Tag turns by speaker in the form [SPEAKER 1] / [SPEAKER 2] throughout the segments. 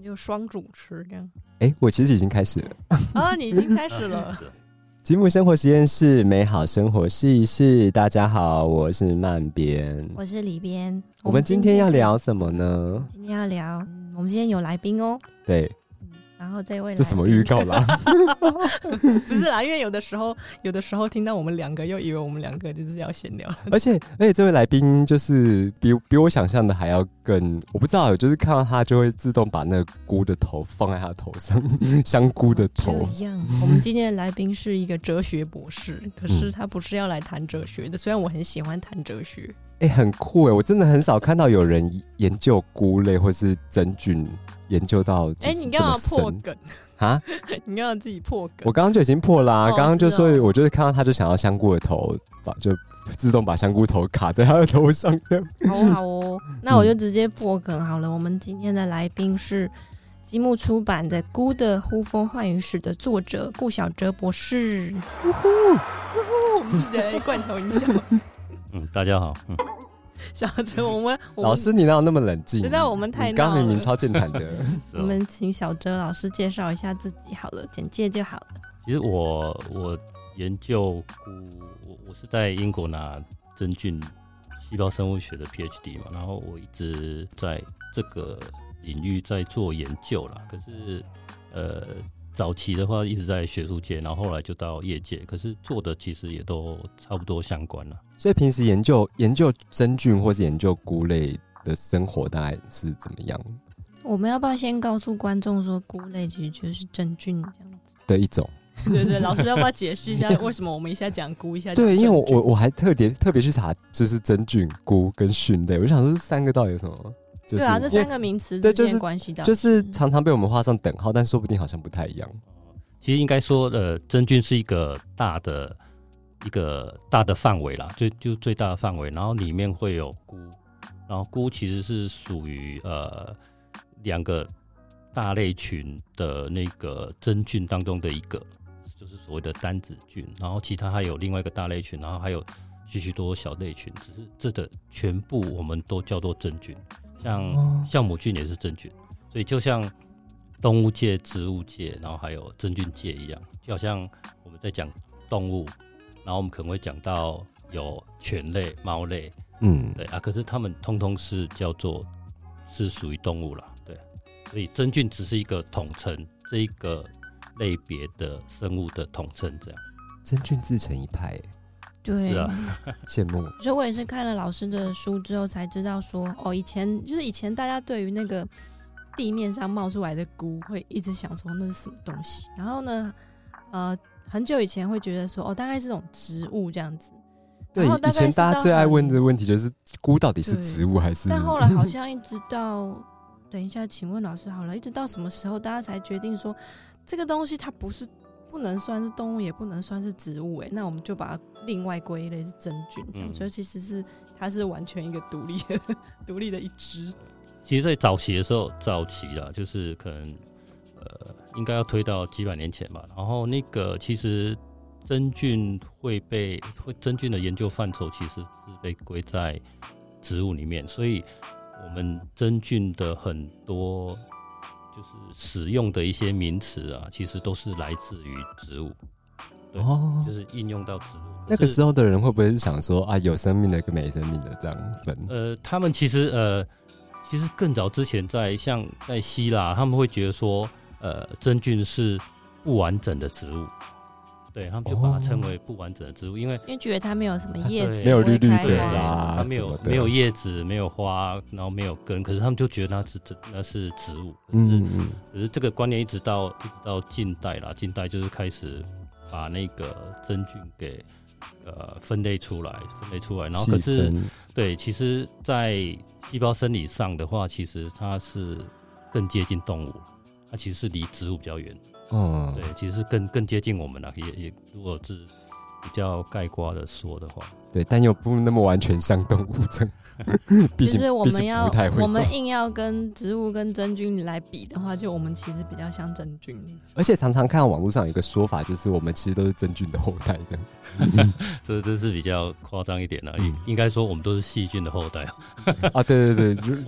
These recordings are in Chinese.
[SPEAKER 1] 就双主持这样。
[SPEAKER 2] 我其实已经开始了
[SPEAKER 1] 啊，你已经开始了。
[SPEAKER 2] 积木生活实验室，美好生活试一试。大家好，我是曼边，
[SPEAKER 1] 我是里边。
[SPEAKER 2] 我们今天要聊什么呢？
[SPEAKER 1] 今天要聊，我们今天有来宾哦。
[SPEAKER 2] 对，
[SPEAKER 1] 然后这位
[SPEAKER 2] 这什么预告啦？
[SPEAKER 1] 不是啦，因为有的时候听到我们两个，又以为我们两个就是要闲聊。
[SPEAKER 2] 而且这位来宾就是比我想象的还要更，我不知道，就是看到他就会自动把那个菇的头放在他头上，香菇的头。
[SPEAKER 1] 这样，我们今天的来宾是一个哲学博士，可是他不是要来谈哲学的，虽然我很喜欢谈哲学。
[SPEAKER 2] 很酷我真的很少看到有人研究菇类或是真菌研究到
[SPEAKER 1] 你干嘛破梗
[SPEAKER 2] 啊？
[SPEAKER 1] 你干嘛自己破梗？
[SPEAKER 2] 我刚刚就已经破啦，刚刚就说我就是看到他就想要香菇的头，就自动把香菇头卡在他的头上。
[SPEAKER 1] 好哦，那我就直接破梗好了。我们今天的来宾是积木出版的《菇的呼风唤雨史》的作者顾晓哲博士。呜呼呜呼，我们自己来罐头音效。
[SPEAKER 3] 大家好。
[SPEAKER 1] 小哲，我们
[SPEAKER 2] 老师你哪有那么冷静？
[SPEAKER 1] 知道我们太闹了，
[SPEAKER 2] 刚明明超健谈的。
[SPEAKER 1] 我们请小哲老师介绍一下自己好了，简介就好了。
[SPEAKER 3] 其实我研究菇，我是在英国拿真菌细胞生物学的 PhD 嘛，然后我一直在这个领域在做研究啦。可是早期的话一直在学术界，然后后来就到业界，可是做的其实也都差不多相关啦。
[SPEAKER 2] 所以平时研究真菌或是研究菇类的生活大概是怎么样？
[SPEAKER 1] 我们要不要先告诉观众说，菇类其实就是真菌这样子
[SPEAKER 2] 的一种？
[SPEAKER 1] 对，老师要不要解释一下为什么我们一下讲菇，一下讲
[SPEAKER 2] 对，因为我还特别去查，就是真菌、菇跟菌类，我就想说这三个到底有什么？就是、
[SPEAKER 1] 对啊，这三个名词之间关系到
[SPEAKER 2] 就是常常被我们画上等号，但说不定好像不太一样。
[SPEAKER 3] 其实应该说，真菌是一个大的范围啦，就最大的范围，然后里面会有菇，然后菇其实是属于两个大类群的那个真菌当中的一个，就是所谓的单子菌，然后其他还有另外一个大类群，然后还有许多小类群，只是这的全部我们都叫做真菌。像酵母菌也是真菌，所以就像动物界、植物界，然后还有真菌界一样，就好像我们在讲动物，然后我们可能会讲到有犬类、猫类，对啊，可是它们通通是叫做是属于动物啦，对，所以真菌只是一个统称，这一个类别的生物的统称，这样。
[SPEAKER 2] 真菌自成一派。
[SPEAKER 1] 对，
[SPEAKER 3] 是啊，
[SPEAKER 2] 羡慕。
[SPEAKER 1] 所以我也是看了老师的书之后才知道说，以前大家对于那个地面上冒出来的菇会一直想说那是什么东西，然后呢，很久以前会觉得说，大概是种植物这样子。
[SPEAKER 2] 对，以前大家最爱问的问题就是菇到底是植物还是？
[SPEAKER 1] 但后来好像一直到，等一下，请问老师好了，一直到什么时候大家才决定说这个东西它不能算是动物，也不能算是植物，那我们就把它另外归一类是真菌这样，所以其实它是完全一个独立的一支。
[SPEAKER 3] 其实，在早期的时候，啦，就是可能应该要推到几百年前吧。然后那个其实真菌真菌的研究范畴其实是被归在植物里面，所以我们真菌的很多就是使用的一些名词啊，其实都是来自于植物，对，就是应用到植物。
[SPEAKER 2] 那个时候的人会不会是想说啊，有生命的跟没生命的这样分？
[SPEAKER 3] 他们其实更早之前像在希腊，他们会觉得说，真菌是不完整的植物。对，他们就把它称为不完整的植物，因为
[SPEAKER 1] 觉得它没有什么叶子，
[SPEAKER 2] 没有绿绿的啦，
[SPEAKER 3] 它没有叶子，没有花，然后没有根，可是他们就觉得那是植物。可是这个观念一直到近代啦，近代就是开始把那个真菌给分类出来，然后可是对，其实，在细胞生理上的话，其实它是更接近动物，它其实是离植物比较远。对，其实是更接近我们啦，也如果是比较概括的说的话，
[SPEAKER 2] 对，但又不那么完全像动物这样。
[SPEAKER 1] 就是我们硬要跟植物跟真菌来比的话，就我们其实比较像真菌。
[SPEAKER 2] 而且常常看网络上有一个说法，就是我们其实都是真菌的后代这样。
[SPEAKER 3] 这是比较夸张一点啦，应该说我们都是细菌的后代。
[SPEAKER 2] 啊，对对对。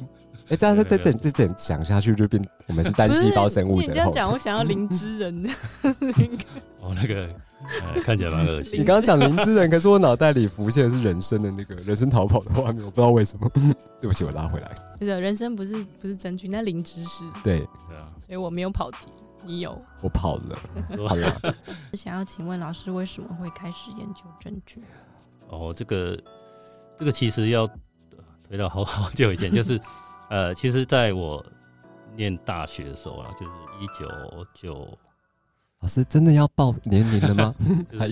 [SPEAKER 2] 这样再讲下去就变我们是单细胞生物的。
[SPEAKER 1] 你这样讲，我想要灵芝人的
[SPEAKER 3] 那个看起来蛮恶心。
[SPEAKER 2] 你刚刚讲灵芝人，可是我脑袋里浮现的是人参的那个人参逃跑的画面，我不知道为什么。对不起，我拉回来。
[SPEAKER 1] 对的，人参不是真菌，那灵芝是。
[SPEAKER 2] 对
[SPEAKER 3] 啊，
[SPEAKER 1] 所以我没有跑题，你有。
[SPEAKER 2] 我跑了。好了，
[SPEAKER 1] 想要请问老师，为什么会开始研究真菌？
[SPEAKER 3] 这个其实要推到好久以前，就是其实在我念大学的时候啦，就是1990。
[SPEAKER 2] 老师真的要报年龄了吗？还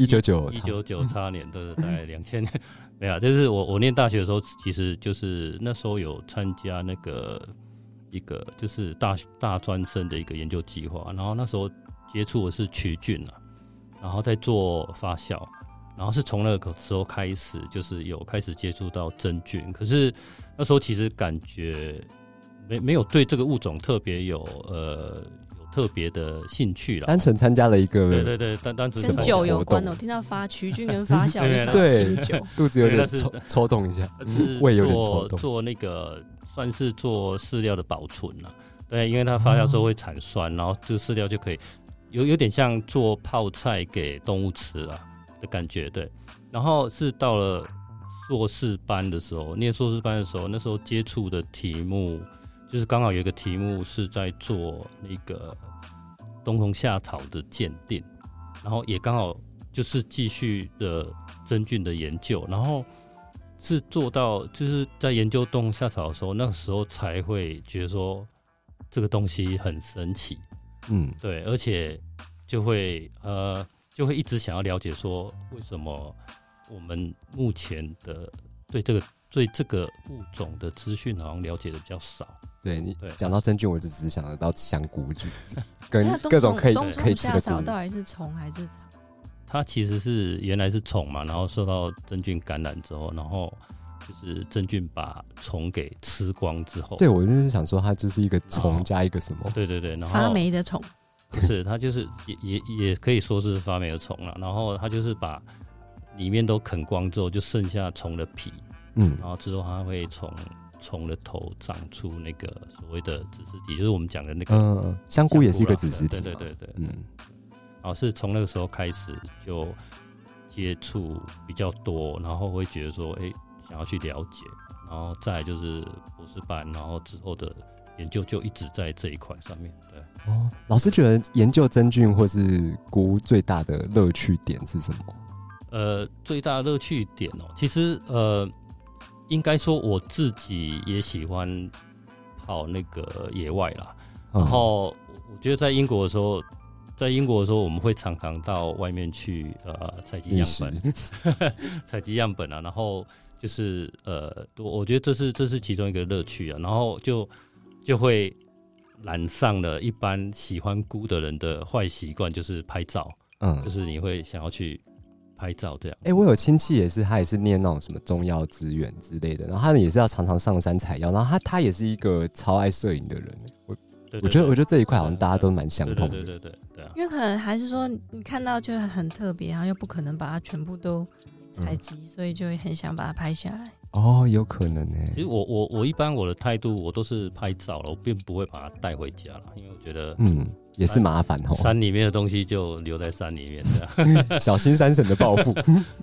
[SPEAKER 3] 1998年的大概2000年，没有，就是我念大学的时候，其实就是那时候有参加那个一个就是大专生的一个研究计划，然后那时候接触的是曲菌然后在做发酵，然后是从那个时候开始，就是有开始接触到真菌，可是那时候其实感觉没有对这个物种特别有特别的兴趣啦，
[SPEAKER 2] 单纯参加了一个
[SPEAKER 3] 对，单纯
[SPEAKER 1] 跟酒有关的。我听到曲菌跟发酵，
[SPEAKER 2] 对，
[SPEAKER 1] 酒
[SPEAKER 2] 肚子有点抽动一下，胃有点抽动。
[SPEAKER 3] 做那个算是做饲料的保存啦，对，因为它发酵之后会产酸，然后这个饲料就可以有点像做泡菜给动物吃啦的感觉，对。然后是到了硕士班的时候，念硕士班的时候，那时候接触的题目就是刚好有一个题目是在做那个冬虫夏草的鉴定，然后也刚好就是继续的真菌的研究，然后是做到就是在研究冬虫夏草的时候，那个时候才会觉得说这个东西很神奇，对，而且就会一直想要了解说为什么我们目前的对这个物种的资讯好像了解的比较少。
[SPEAKER 2] 对，你讲到真菌，我就只想得到香菇跟各种可以吃的菇。冬虫夏
[SPEAKER 1] 草到底是虫还是草？
[SPEAKER 3] 它其实原来是虫嘛，然后受到真菌感染之后，然后就是真菌把虫给吃光之后。
[SPEAKER 2] 对，我就是想说，它就是一个虫加一个什么？
[SPEAKER 3] 对，然后
[SPEAKER 1] 发霉的虫。
[SPEAKER 3] 不是，它就是也可以说是发霉的虫了。然后它就是把里面都啃光之后，就剩下虫的皮。然后之后它会从虫的头长出那个所谓的子实体，就是我们讲的那个
[SPEAKER 2] 香菇也是一个子实体。
[SPEAKER 3] 对，然后是从那个时候开始就接触比较多，然后会觉得说，想要去了解，然后再来就是博士班，然后之后的研究就一直在这一块上面。对，
[SPEAKER 2] 老师觉得研究真菌或是菇最大的乐趣点是什么？
[SPEAKER 3] 最大的乐趣点其实应该说我自己也喜欢跑那个野外啦，然后我觉得在英国的时候我们会常常到外面去采集样本采集样本啊，然后就是我觉得这是其中一个乐趣啊，然后就会染上了一般喜欢菇的人的坏习惯，就是拍照，就是你会想要去拍照这样。
[SPEAKER 2] 我有亲戚也是，他也是念那种什么中药资源之类的，然后他也是要常常上山采药，然后他也是一个超爱摄影的人。我觉得这一块好像大家都蛮相同的。
[SPEAKER 3] 对啊。
[SPEAKER 1] 因为可能还是说你看到就很特别，然后又不可能把它全部都采集，所以就会很想把它拍下来。
[SPEAKER 2] 有可能呢。
[SPEAKER 3] 其实我一般我的态度我都是拍照了，我并不会把它带回家了，因为我觉得
[SPEAKER 2] 也是麻烦
[SPEAKER 3] 山里面的东西就留在山里面这样。
[SPEAKER 2] 小心山神的报复。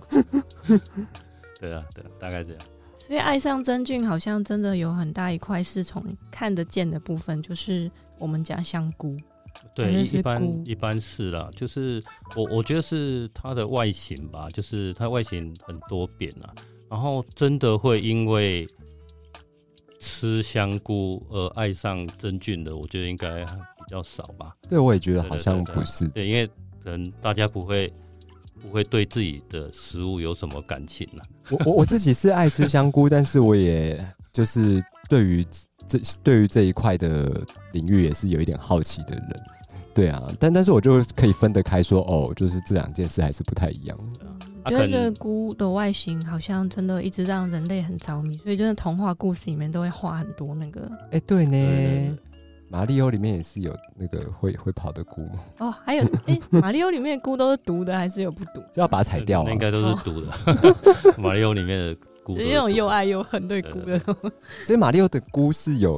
[SPEAKER 3] 对啊，大概这样。
[SPEAKER 1] 所以爱上真菌好像真的有很大一块是从看得见的部分，就是我们讲香菇。
[SPEAKER 3] 对，一般是啦，就是我觉得是它的外形吧，就是它外形很多变啦，然后真的会因为吃香菇而爱上真菌的，我觉得应该比较少吧。
[SPEAKER 2] 对，我也觉得好像不是。
[SPEAKER 3] 对，因为可能大家不会对自己的食物有什么感情啦。
[SPEAKER 2] 我自己是爱吃香菇，但是我也就是对于这一块的领域也是有一点好奇的人。对啊，但是我就可以分得开说，就是这两件事还是不太一样。
[SPEAKER 1] 我觉得菇的外形好像真的一直让人类很着迷，所以真的童话故事里面都会画很多那个。
[SPEAKER 2] 对呢，马里欧里面也是有那个会跑的菇。
[SPEAKER 1] 还有马里欧里面的菇都是毒的还是有不毒？
[SPEAKER 2] 就要把它采掉
[SPEAKER 3] 那应该都是毒的。马里欧里面的菇有
[SPEAKER 1] 那种又爱又恨对菇的。
[SPEAKER 2] 所以马里欧的菇是有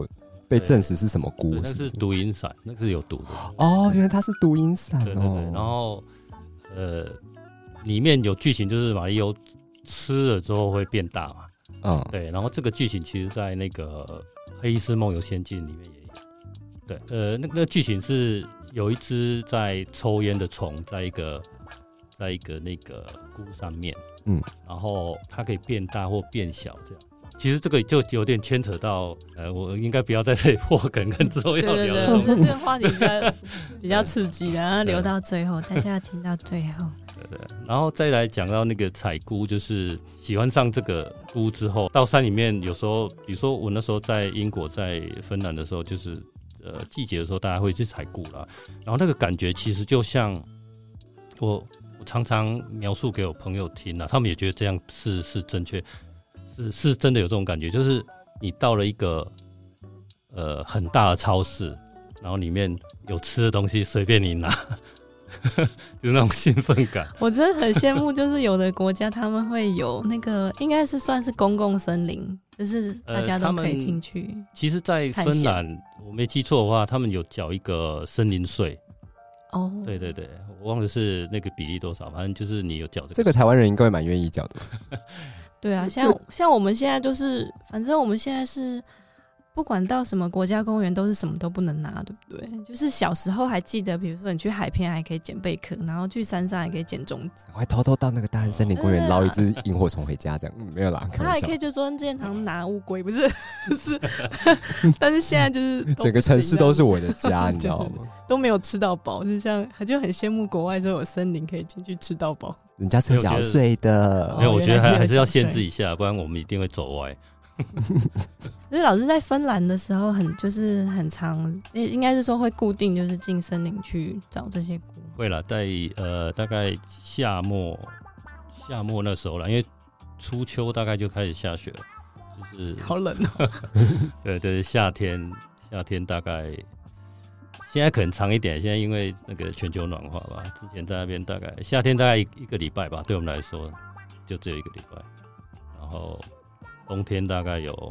[SPEAKER 2] 被证实是什么菇？
[SPEAKER 3] 那是毒蝇伞，那个是有毒的。
[SPEAKER 2] 哦，原来它是毒蝇伞哦。
[SPEAKER 3] 对对对，然后里面有剧情就是玛丽欧吃了之后会变大嘛。对，然后这个剧情其实在那个《黑医师梦游仙境》里面也有。对，那个剧情是有一只在抽烟的虫，在一个那个菇上面，然后它可以变大或变小这样。其实这个就有点牵扯到，我应该不要在这里破梗跟之后要聊的东西。
[SPEAKER 1] 对，这个话题比较刺激，然后留到最后，大家要听到最后。
[SPEAKER 3] 对，然后再来讲到那个采菇，就是喜欢上这个菇之后，到山里面有时候，比如说我那时候在英国、在芬兰的时候，就是季节的时候，大家会去采菇啦。然后那个感觉其实就像我常常描述给我朋友听啦，他们也觉得这样是正确。是真的有这种感觉，就是你到了一个很大的超市，然后里面有吃的东西随便你拿，就是那种兴奋感。
[SPEAKER 1] 我真的很羡慕，就是有的国家他们会有那个应该是算是公共森林，就是大家都可以进去。
[SPEAKER 3] 其实，在芬兰我没记错的话，他们有缴一个森林税。哦，对对对，我忘了是那个比例多少，反正就是你有缴这个。
[SPEAKER 2] 这个台湾人应该会蛮愿意缴的。
[SPEAKER 1] 对啊，像我们现在就是，反正我们现在是不管到什么国家公园都是什么都不能拿，对不对？就是小时候还记得，比如说你去海边还可以捡贝壳，然后去山上还可以捡种子，
[SPEAKER 2] 我还偷偷到那个大安森林公园捞一只萤火虫回家，这样没有啦。
[SPEAKER 1] 他还可以就说之前常拿乌龟，不是是，但是现在就是
[SPEAKER 2] 整个城市都是我的家，你知道吗？
[SPEAKER 1] 都没有吃到饱，就很羡慕国外说有森林可以进去吃到饱。
[SPEAKER 2] 人家是缴税的，
[SPEAKER 3] 没有，我觉得还是要限制一下，不然我们一定会走歪。
[SPEAKER 1] 所以老师在芬兰的时候就是很常，应该是说会固定就是进森林去找这些菇。
[SPEAKER 3] 会啦，在大概夏末那时候啦，因为初秋大概就开始下雪了，就是
[SPEAKER 1] 好冷哦。
[SPEAKER 3] 对对，夏天大概。现在可能长一点，现在因为那个全球暖化吧，之前在那边大概夏天大概一个礼拜吧，对我们来说就只有一个礼拜，然后冬天大概有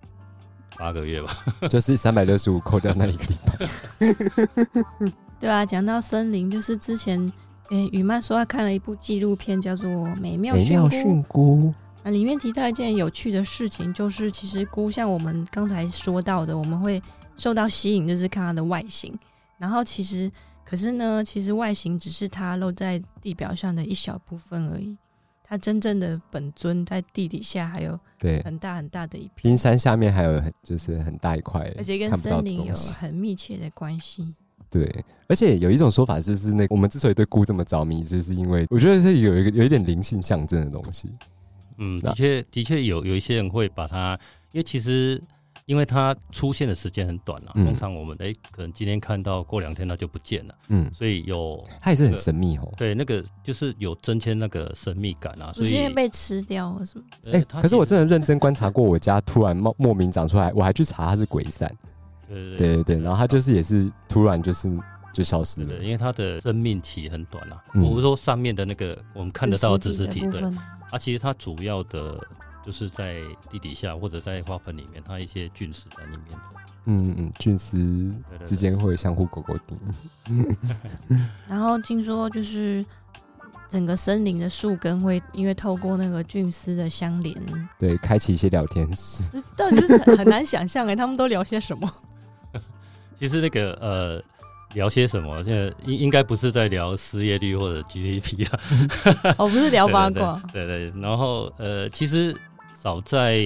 [SPEAKER 3] 8个月吧，
[SPEAKER 2] 就是365扣掉那一个礼拜。
[SPEAKER 1] 对啊，讲到森林，就是之前雨曼说他看了一部纪录片，叫做《美妙菌菇》。那里面提到一件有趣的事情，就是其实菇像我们刚才说到的，我们会受到吸引，就是看它的外形。然后可是呢，其实外形只是它露在地表上的一小部分而已。它真正的本尊在地底下还有很大很大的一片，
[SPEAKER 2] 冰山下面还有就是很大一块，
[SPEAKER 1] 而且跟森林有很密切的关系。
[SPEAKER 2] 对，而且有一种说法就是我们之所以对菇这么着迷，就是因为我觉得是有一点灵性象征的东西。
[SPEAKER 3] 的确有一些人会把它，因为其实因为它出现的时间很短啊，通常我们可能今天看到，过2天它就不见了，所以
[SPEAKER 2] 它也是很神秘哦。
[SPEAKER 3] 对，那个就是有增添那个神秘感啊，所以
[SPEAKER 1] 因为被吃掉了什么？
[SPEAKER 2] 可是我真的认真观察过，我家突然莫名长出来，我还去查它是鬼伞。对，然后它就是也是突然就消失了，
[SPEAKER 3] 对，因为它的生命期很短啊。我是说上面的那个我们看得到的子实体，对，其实它主要的就是在地底下或者在花盆里面，它一些菌丝在里面。
[SPEAKER 2] 菌丝之间会相互勾勾顶。
[SPEAKER 1] 然后听说就是整个森林的树根会因为透过那个菌丝的相连，
[SPEAKER 2] 对，开启一些聊天室。
[SPEAKER 1] 到底是很难想象他们都聊些什么？
[SPEAKER 3] 其实那个聊些什么？现在应该不是在聊失业率或者 GDP 啊，
[SPEAKER 1] 不是聊八卦。
[SPEAKER 3] 对，然后其实早在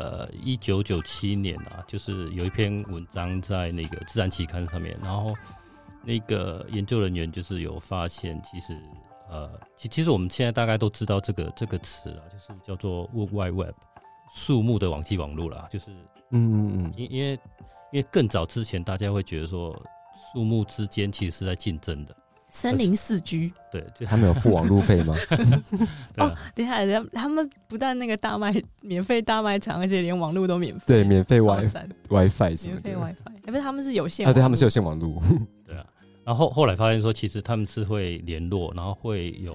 [SPEAKER 3] 1997年啊，就是有一篇文章在那个《自然》期刊上面，然后那个研究人员就是有发现，其实我们现在大概都知道这个词啦，就是叫做 Wood Wide Web， 树木的网际网络啦，就是因为更早之前大家会觉得说树木之间其实是在竞争的，
[SPEAKER 1] 森林4G，
[SPEAKER 3] 对，
[SPEAKER 2] 他们有付网路费吗？
[SPEAKER 1] 等一下，他们不但那个免费大卖场，而且连网路都免费，
[SPEAKER 2] 对，免费 WiFi 什么的，
[SPEAKER 1] 免费 WiFi，不是他们是有线
[SPEAKER 2] 对，他们是有线网路，
[SPEAKER 3] 对啊。然后后来发现说，其实他们是会联络，然后会有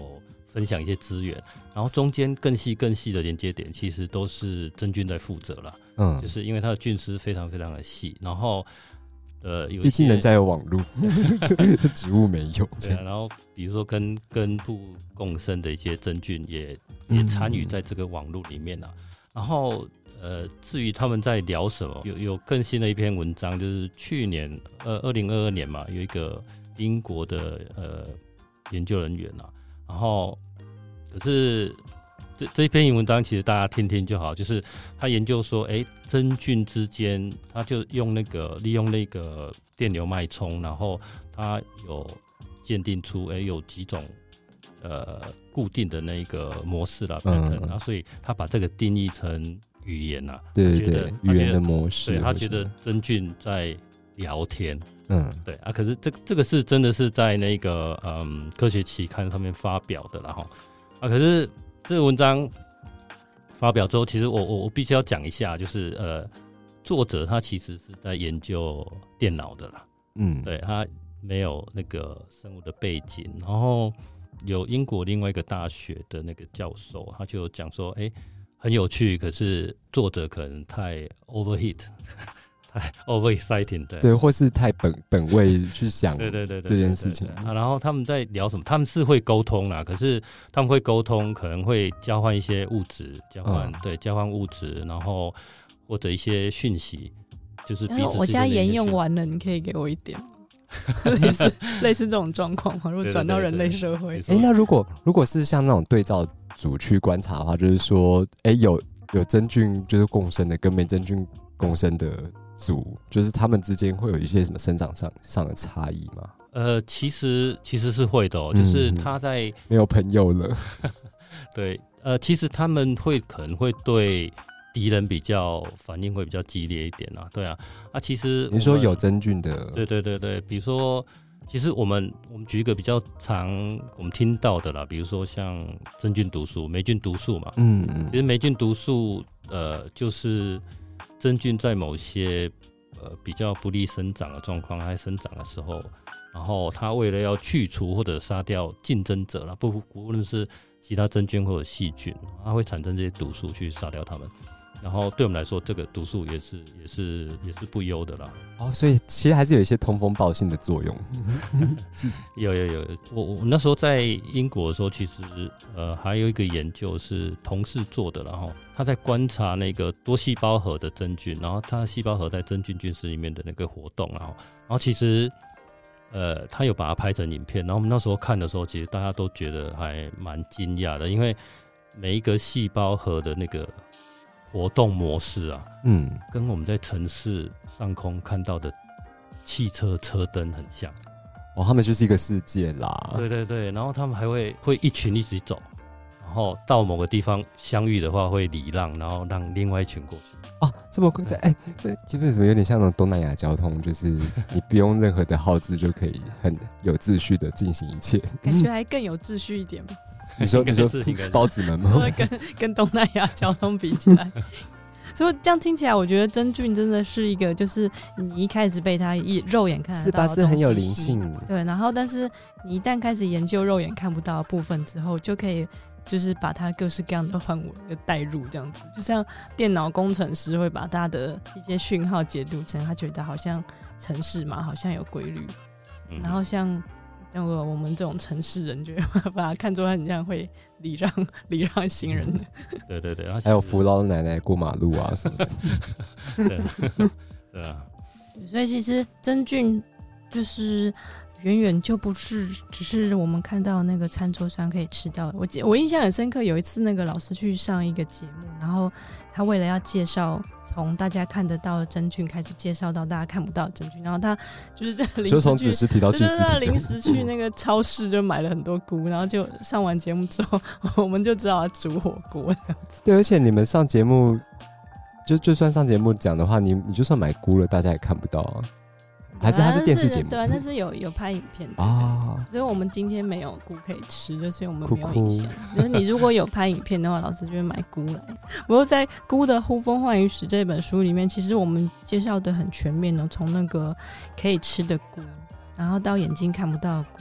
[SPEAKER 3] 分享一些资源，然后中间更细的连接点，其实都是真菌在负责了。就是因为它的菌丝非常非常的细，然后
[SPEAKER 2] 毕竟人家有网路，这植物没有。
[SPEAKER 3] 对啊，然后比如说跟根部共生的一些真菌也参与在这个网路里面啊。然后至于他们在聊什么，有更新的一篇文章，就是去年2022年嘛，有一个英国的研究人员啊，然后可是这一篇文章其实大家听听就好，就是他研究说，真菌之间，他就利用那个电流脉冲，然后他有鉴定出有几种固定的那个模式啦 pattern 啊，所以他把这个定义成语言啊，
[SPEAKER 2] 对，语言的模式，
[SPEAKER 3] 对，他觉得真菌在聊天。对啊，可是这个是真的是在那个科学期刊上面发表的啦齁啊，可是这个文章发表之后，其实我必须要讲一下，就是作者他其实是在研究电脑的啦，对，他没有那个生物的背景，然后有英国另外一个大学的那个教授，他就讲说，很有趣，可是作者可能太 overheat。太 overexciting， 对，
[SPEAKER 2] 或是太本位去想
[SPEAKER 3] 对
[SPEAKER 2] 这件事情。
[SPEAKER 3] 然后他们在聊什么？他们是会沟通啦，可是他们会沟通，可能会交换一些物质，交换物质，然后或者一些讯息，就是彼此之间的一些讯息。
[SPEAKER 1] 我家盐用完了，你可以给我一点。类似这种状况嘛？如果转到人类社会，
[SPEAKER 2] 那如果是像那种对照组去观察的话，就是说，有真菌就是共生的，跟没真菌共生的组，就是他们之间会有一些什么生长上的差异吗？
[SPEAKER 3] 其实是会的就是他在
[SPEAKER 2] 没有朋友了。
[SPEAKER 3] 对，其实他们可能会对敌人反应会比较激烈一点啊，对啊，其实
[SPEAKER 2] 你说有真菌的，
[SPEAKER 3] 对，比如说，其实我们举一个比较常我们听到的啦，比如说像真菌毒素、霉菌毒素嘛，其实霉菌毒素就是真菌在某些比较不利生长的状况，它在生长的时候，然后它为了要去除或者杀掉竞争者啦，不论是其他真菌或者细菌，它会产生这些毒素去杀掉它们。然后对我们来说，这个毒素也是不优的啦。
[SPEAKER 2] 所以其实还是有一些通风报信的作用。
[SPEAKER 3] 有，我那时候在英国的时候，其实还有一个研究是同事做的，然后他在观察那个多细胞核的真菌，然后他的细胞核在真菌菌丝里面的那个活动，然后其实他有把它拍成影片，然后我们那时候看的时候，其实大家都觉得还蛮惊讶的，因为每一个细胞核的那个活动模式啊，跟我们在城市上空看到的汽车车灯很像。
[SPEAKER 2] 他们就是一个世界啦。
[SPEAKER 3] 对，然后他们还会一群一起走，然后到某个地方相遇的话会礼让，然后让另外一群过去。
[SPEAKER 2] 这么快，这基本上有点像那种东南亚交通，就是你不用任何的号志就可以很有秩序的进行一切，
[SPEAKER 1] 感觉还更有秩序一点吗？
[SPEAKER 2] 你说包子们吗？
[SPEAKER 1] 跟东南亚交通比起来，所以这样听起来，我觉得真菌真的是一个，就是你一开始被它肉眼看得到的东西，
[SPEAKER 2] 是很有灵性，
[SPEAKER 1] 对。然后，但是你一旦开始研究肉眼看不到的部分之后，就可以就是把它各式各样的范围的带入，这样子，就像电脑工程师会把他的一些讯号解读成他觉得好像程式嘛，好像有规律，然后像我们这种城市人，就会把它看作很像会礼让行人的。
[SPEAKER 3] 对，
[SPEAKER 2] 还有扶老奶奶过马路啊什么的。
[SPEAKER 3] 对啊。
[SPEAKER 1] 所以其实真菌就是远远就不是只是我们看到那个餐桌上可以吃到的。我印象很深刻，有一次那个老师去上一个节目，然后他为了要介绍从大家看得到的真菌开始介绍到大家看不到的真菌，然后他就是临时
[SPEAKER 2] 就从子实体到去子体，
[SPEAKER 1] 临时去那个超市就买了很多菇，然后就上完节目之后，我们就知道要煮火锅这样子。
[SPEAKER 2] 对，而且你们上节目就算上节目讲的话，你就算买菇了，大家也看不到啊。还是它是电视节目？对啊，
[SPEAKER 1] 那是有拍影片的啊。所以我们今天没有菇可以吃，所以我们没有影响。就是你如果有拍影片的话，老师就会买菇来。不过在《菇的呼风唤雨史》这本书里面，其实我们介绍的很全面哦，从那个可以吃的菇，然后到眼睛看不到的菇，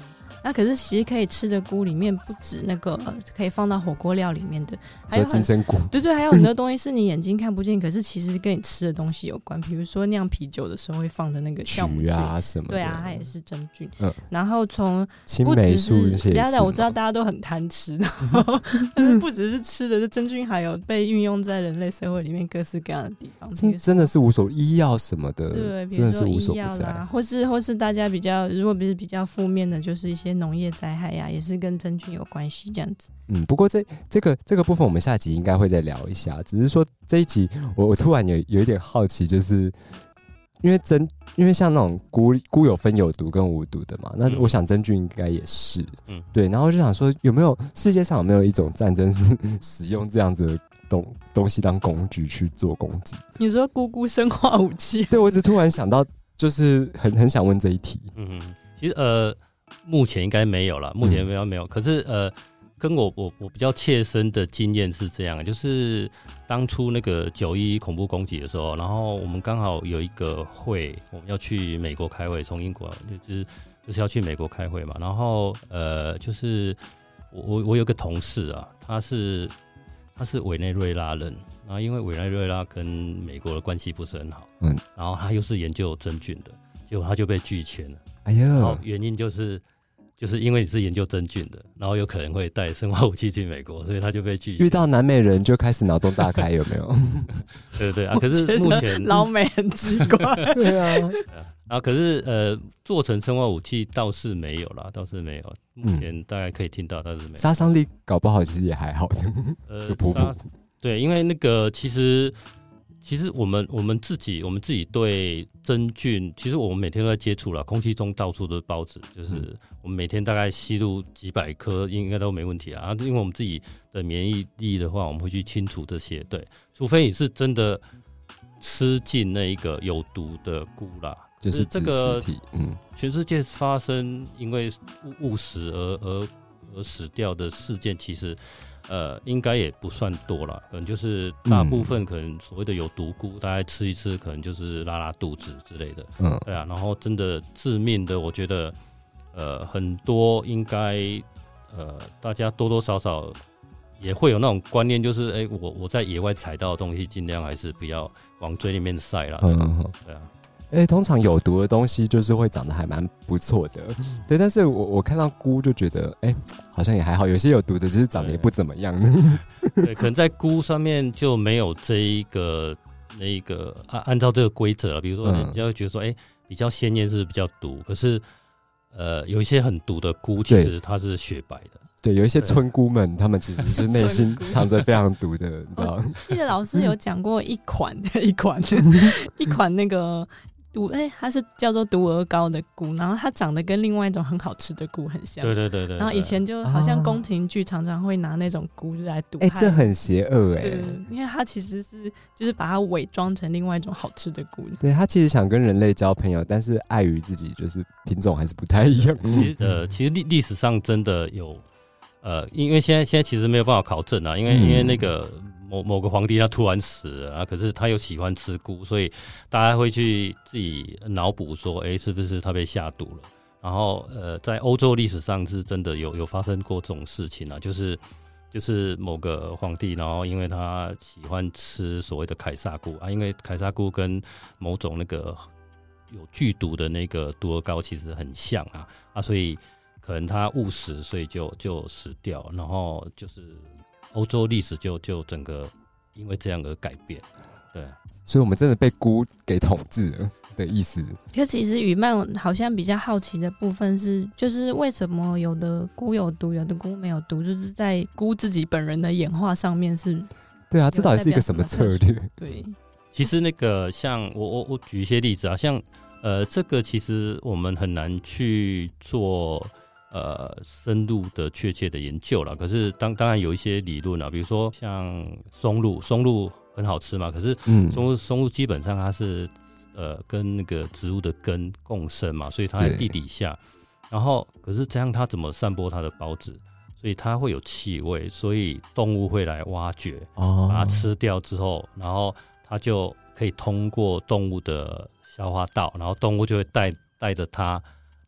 [SPEAKER 1] 那可是其实可以吃的菇里面不止那个可以放到火锅料里面的，还有
[SPEAKER 2] 金针菇，
[SPEAKER 1] 对，还有很多东西是你眼睛看不见，可是其实跟你吃的东西有关。比如说酿啤酒的时候会放的那个酵母菌
[SPEAKER 2] 啊什么的，
[SPEAKER 1] 对啊，它也是真菌。然后从
[SPEAKER 2] 青霉素那些也是，
[SPEAKER 1] 我知道大家都很贪吃，然后但是不只是吃的，这真菌还有被运用在人类社会里面各式各样的地方。
[SPEAKER 2] 真的是无所医药什么的，
[SPEAKER 1] 对，比
[SPEAKER 2] 真
[SPEAKER 1] 如说
[SPEAKER 2] 的是无所
[SPEAKER 1] 医药
[SPEAKER 2] 不在。
[SPEAKER 1] 啦，或是大家如果不是比较负面的，就是一些农业灾害呀，也是跟真菌有关系这样子。
[SPEAKER 2] 不过这个部分我们下集应该会再聊一下。只是说这一集我突然有一点好奇，就是因为像那种菇有分有毒跟无毒的嘛，那我想真菌应该也是，对。然后就想说，世界上有没有一种战争是使用这样子的东西当工具去做攻击？
[SPEAKER 1] 你说菇生化武器？
[SPEAKER 2] 对，我只突然想到，就是很想问这一题。
[SPEAKER 3] 其实目前应该没有啦，目前没有。可是跟我比较切身的经验是这样，就是当初那个911恐怖攻击的时候，然后我们刚好有一个会，我们要去美国开会，从英国就是要去美国开会嘛。然后就是我有个同事啊，他是委内瑞拉人，然后因为委内瑞拉跟美国的关系不是很好，然后他又是研究真菌的，结果他就被拒签了。
[SPEAKER 2] 哎呀，
[SPEAKER 3] 然后原因就是因为你是研究真菌的，然后有可能会带生化武器去美国，所以他就被拒绝。
[SPEAKER 2] 遇到南美人就开始脑洞大开，有没有？
[SPEAKER 3] 对啊，可是目前
[SPEAKER 1] 老美很奇怪。
[SPEAKER 2] 对啊，
[SPEAKER 3] 然后可是做成生化武器倒是没有啦，倒是没有。目前大概可以听到，倒是没有。
[SPEAKER 2] 杀伤力搞不好其实也还好。
[SPEAKER 3] 对，因为那个其实我们自己对真菌，其实我们每天都在接触啦，空气中到处都是孢子，就是我们每天大概吸入几百颗，应该都没问题啊。因为我们自己的免疫力的话，我们会去清除这些，对，除非你是真的吃进那一个有毒的菇啦，
[SPEAKER 2] 就是
[SPEAKER 3] 这个
[SPEAKER 2] 嗯，
[SPEAKER 3] 全世界发生因为误食而死掉的事件，其实应该也不算多啦，可能就是大部分可能所谓的有毒菇，大概吃一吃，可能就是拉拉肚子之类的，对啊，然后真的致命的，我觉得很多应该大家多多少少也会有那种观念，就是我在野外采到的东西，尽量还是不要往嘴里面塞啦，对啊。
[SPEAKER 2] 通常有毒的东西就是会长得还蛮不错的，对。但是我看到菇就觉得，好像也还好。有些有毒的，就是长得也不怎么样。
[SPEAKER 3] 对，可能在菇上面就没有这一个那个按照这个规则，比如说人家会觉得说，比较鲜艳是比较毒，可是有一些很毒的菇，其实它是雪白的。
[SPEAKER 2] 对，有一些村菇们，他们其实是内心藏着非常毒的，你知道吗？
[SPEAKER 1] 记得老师有讲过一款那个毒，它是叫做毒鹅膏的菇，然后它长得跟另外一种很好吃的菇很像。
[SPEAKER 3] 对。
[SPEAKER 1] 然后以前就好像宫廷剧常常会拿那种菇来毒害。
[SPEAKER 2] 这很邪恶
[SPEAKER 1] 对，因为它其实就是把它伪装成另外一种好吃的菇。
[SPEAKER 2] 对，他其实想跟人类交朋友，但是碍于自己就是品种还是不太一样。
[SPEAKER 3] 其实历史上真的有。因为现在其实没有办法考证啊，因为那个某个皇帝他突然死了啊，可是他又喜欢吃菇，所以大家会去自己脑补说，是不是他被下毒了？然后在欧洲历史上是真的有发生过这种事情啊，就是某个皇帝，然后因为他喜欢吃所谓的凯撒菇啊，因为凯撒菇跟某种那个有剧毒的那个毒鹅膏其实很像啊，所以。可能他误食，所以就死掉，然后就是欧洲历史就整个因为这样而改变，对，
[SPEAKER 2] 所以我们真的被菇给统治了的意思。
[SPEAKER 1] 可其实宇曼好像比较好奇的部分是，就是为什么有的菇有毒，有的菇没有毒，就是在菇自己本人的演化上面是。
[SPEAKER 2] 对啊，这到底是一个什么策略？
[SPEAKER 1] 对，
[SPEAKER 3] 其实那个像我举一些例子啊，像这个其实我们很难去做。深入的确切的研究啦，可是当然有一些理论啦，比如说像松露很好吃嘛，可是松露基本上它是跟那个植物的根共生嘛，所以它在地底下，然后可是这样它怎么散播它的孢子？所以它会有气味，所以动物会来挖掘，把它吃掉之后，然后它就可以通过动物的消化道，然后动物就会带着它。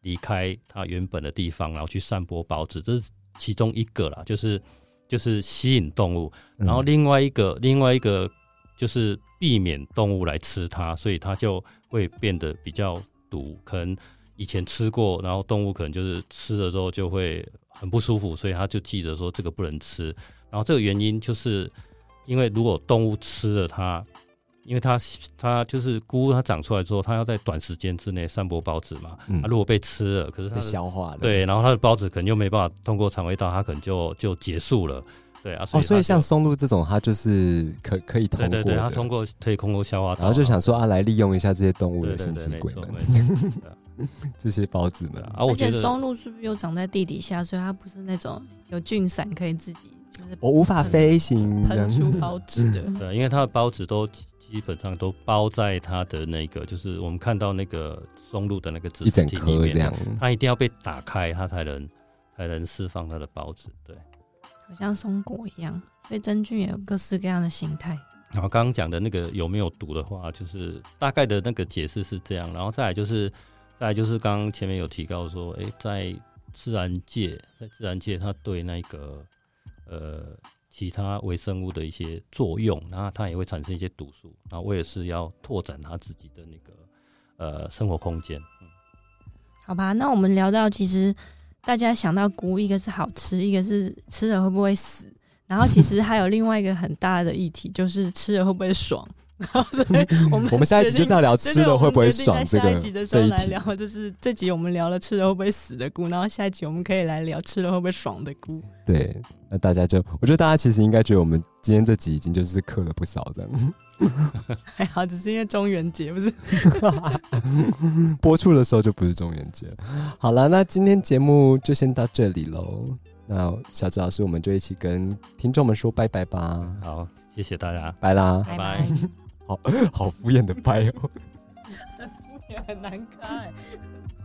[SPEAKER 3] 离开它原本的地方，然后去散播孢子，这是其中一个啦，就是吸引动物，然后另外一个就是避免动物来吃它，所以它就会变得比较毒，可能以前吃过，然后动物可能就是吃了之后就会很不舒服，所以它就记得说这个不能吃。然后这个原因就是因为如果动物吃了它，因为它就是菇，它长出来之后，它要在短时间之内散播孢子嘛。如果被吃了，可是它
[SPEAKER 2] 被消化了，
[SPEAKER 3] 对，然后它的孢子可能就没办法通过肠胃道，它可能就结束了。对啊，
[SPEAKER 2] 所以像松露这种，它就是可以通过的，
[SPEAKER 3] 对，它可以通过消化道，
[SPEAKER 2] 然后就想说来利用一下这些动物的性奇鬼们，这些孢子们
[SPEAKER 1] 而且松露是不是又长在地底下，所以它不是那种有菌伞可以自己。
[SPEAKER 2] 我无法飞行，
[SPEAKER 1] 喷出孢子的。
[SPEAKER 3] 对，因为它的孢子都基本上都包在它的那个，就是我们看到那个松露的那个子实体里面，一整颗这样，它一定要被打开，它才能释放它的孢子。对，
[SPEAKER 1] 好像松果一样，所以真菌也有各式各样的形态。
[SPEAKER 3] 然后刚刚讲的那个有没有毒的话，就是大概的那个解释是这样，然后再来就是刚刚前面有提到说，在自然界它对那个其他微生物的一些作用，然后它也会产生一些毒素，然后我也是要拓展它自己的那个生活空间。
[SPEAKER 1] 好吧，那我们聊到其实大家想到菇，一个是好吃，一个是吃了会不会死，然后其实还有另外一个很大的议题，就是吃了会不会爽。所以我们
[SPEAKER 2] 下一集就是要聊吃了会不会爽这个。
[SPEAKER 1] 下一集的时候来聊，就是这集我们聊了吃了会不会死的菇，然后下一集我们可以来聊吃了会不会爽的菇。
[SPEAKER 2] 对，那大家我觉得大家其实应该觉得我们今天这集已经就是嗑了不少这样。
[SPEAKER 1] 还好，只是因为中元节不是
[SPEAKER 2] 播出的时候就不是中元节。好了，那今天节目就先到这里咯。那小智老师，我们就一起跟听众们说拜拜吧。
[SPEAKER 3] 好，谢谢大家，
[SPEAKER 2] 拜啦，
[SPEAKER 3] 拜拜。
[SPEAKER 2] 好敷衍的拜哦，
[SPEAKER 1] 很敷衍，很难看。